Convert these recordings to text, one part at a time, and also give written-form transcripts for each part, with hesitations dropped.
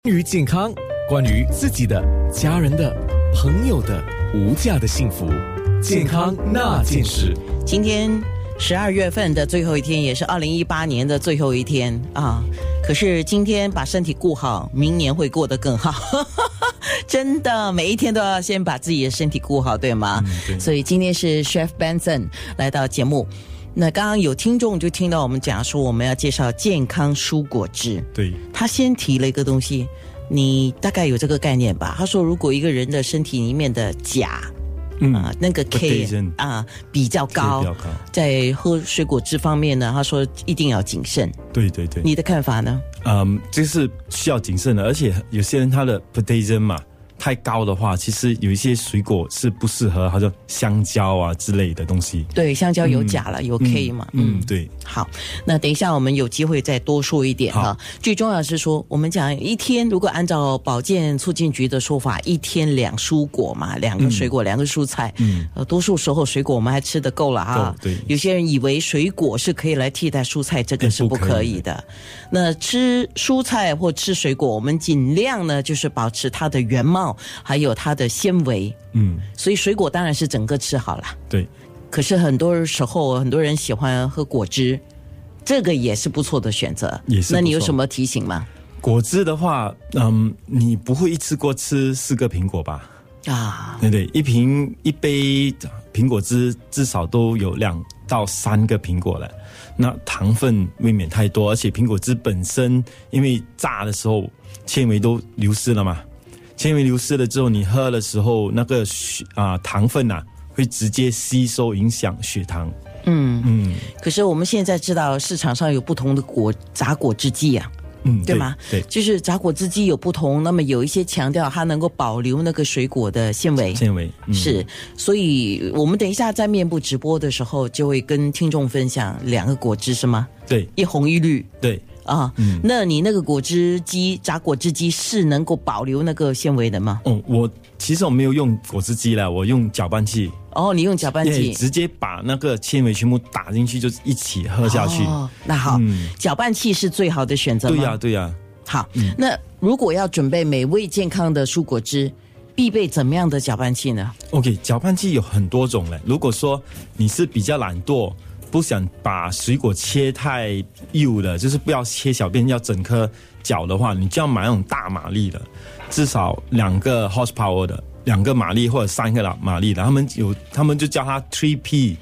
关于健康，关于自己的、家人的、朋友的无价的幸福，健康那件事。 今天12月份的最后一天，也是2018年的最后一天啊！可是今天把身体顾好，明年会过得更好。真的，每一天都要先把自己的身体顾好，对吗？ 对。 所以今天是 Chef Benson 来到节目。那刚刚有听众就听到我们讲说我们要介绍健康蔬果汁， 对， 他先提了一个东西，你大概有这个概念吧？他说如果一个人的身体里面的钾那个 K 比较高，在喝水果汁方面呢，他说一定要谨慎。 对， 你的看法呢？ 这是需要谨慎的，而且有些人他的 potassium 嘛太高的话，其实有一些水果是不适合，好像香蕉啊之类的东西。 对，香蕉有钾了，有 K 嘛。 对。 好，那等一下我们有机会再多说一点哈。最重要是说，我们讲一天，如果按照保健促进局的说法，一天2蔬果嘛，2个水果，2个蔬菜。多数时候水果我们还吃得够了哈。 对。 有些人以为水果是可以来替代蔬菜，这个是不可以的。那吃蔬菜或吃水果，我们尽量呢就是保持它的原貌，还有它的纤维。所以水果当然是整个吃好了。 对。 可是很多时候很多人喜欢喝果汁，这个也是不错的选择。 也是。 那你有什么提醒吗？ 果汁的话，你不会一次过吃4个苹果吧？对，一杯苹果汁至少都有2到3个苹果了。那糖分未免太多，而且苹果汁本身因为榨的时候纤维都流失了嘛，纤维流失了之后，你喝的时候那个糖分会直接吸收影响血糖。 可是我们现在知道市场上有不同的榨果汁机啊。对吗？ 对， 就是榨果汁机有不同，那么有一些强调它能够保留那个水果的纤维，是，所以我们等一下在面部直播的时候就会跟听众分享2个果汁是吗？ 对， 一红一绿。 对那你那个榨果汁机是能够保留那个纤维的吗？ 其实我没有用果汁机了，我用搅拌器。 你用搅拌器， 直接把那个纤维全部打进去，就一起喝下去。 那好，搅拌器是最好的选择吗？ 对呀。 好，那如果要准备美味健康的蔬果汁，必备怎么样的搅拌器呢？ OK， 搅拌器有很多种嘞。如果说你是比较懒惰，不想把水果切太幼的，就是不要切小片，要整颗搅的话，你就要买那种大马力的，至少2个 horsepower 的，2个马力或者3个马力的，他们就叫它 3P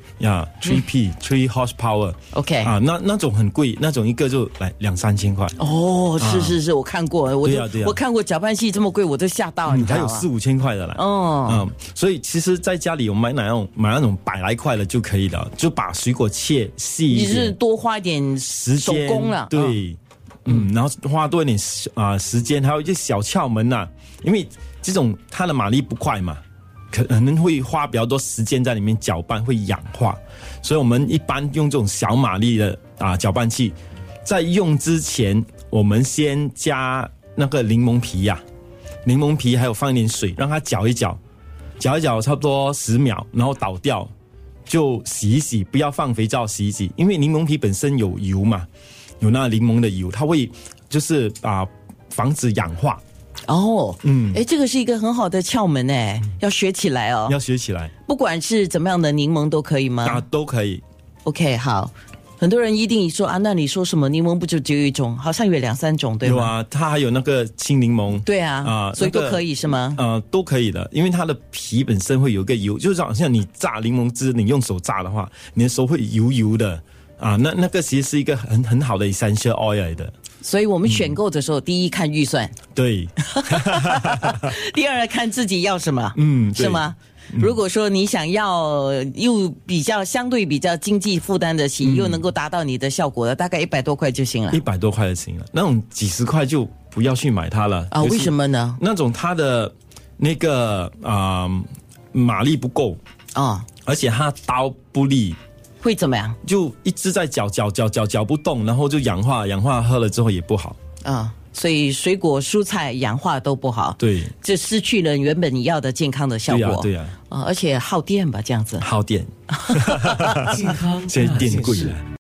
3 horsepower。 OK 那种很贵，那种一个就来2-3千块。 是，我看过，我看过搅拌器这么贵，我都吓到。 还有4-5千块的啦。所以其实在家里我买那种100来块的就可以了，就把水果切细一点， 你是多花一点手工了。 对。然后花多一点时间，还有一些小窍门因为这种它的马力不快嘛，可能会花比较多时间在里面搅拌，会氧化，所以我们一般用这种小马力的搅拌器。在用之前，我们先加那个柠檬皮还有放一点水，让它搅一搅差不多10秒，然后倒掉，就洗一洗，不要放肥皂，洗一洗，因为柠檬皮本身有油嘛，有那柠檬的油，它会就是防止氧化。 这个是一个很好的窍门要学起来哦。 要学起来， 不管是怎么样的柠檬都可以吗？ 都可以。 OK， 好。很多人一定说那你说什么柠檬不就只有一种？好像有2-3种，对吗？ 有啊，它还有那个青柠檬。 对所以都可以是吗？ 都可以的，因为它的皮本身会有个油，就是好像你榨柠檬汁，你用手榨的话，你的手会油油的那个其实是一个很好的 essential oil 来的。 所以我们选购的时候，第一看预算， 对， 第二看自己要什么，是吗？如果说你想要又相对比较经济负担得起，又能够达到你的效果的，大概100多块就行了。 100多块就行了，那种几十块就不要去买它了。 为什么呢？ 那种它的那个马力不够而且它刀不利。 会怎么样？ 就一直在搅不动，然后就氧化，喝了之后也不好所以水果蔬菜氧化都不好， 对， 就失去了原本你要的健康的效果。 对啊而且耗电吧，这样子耗电健康现在电贵了。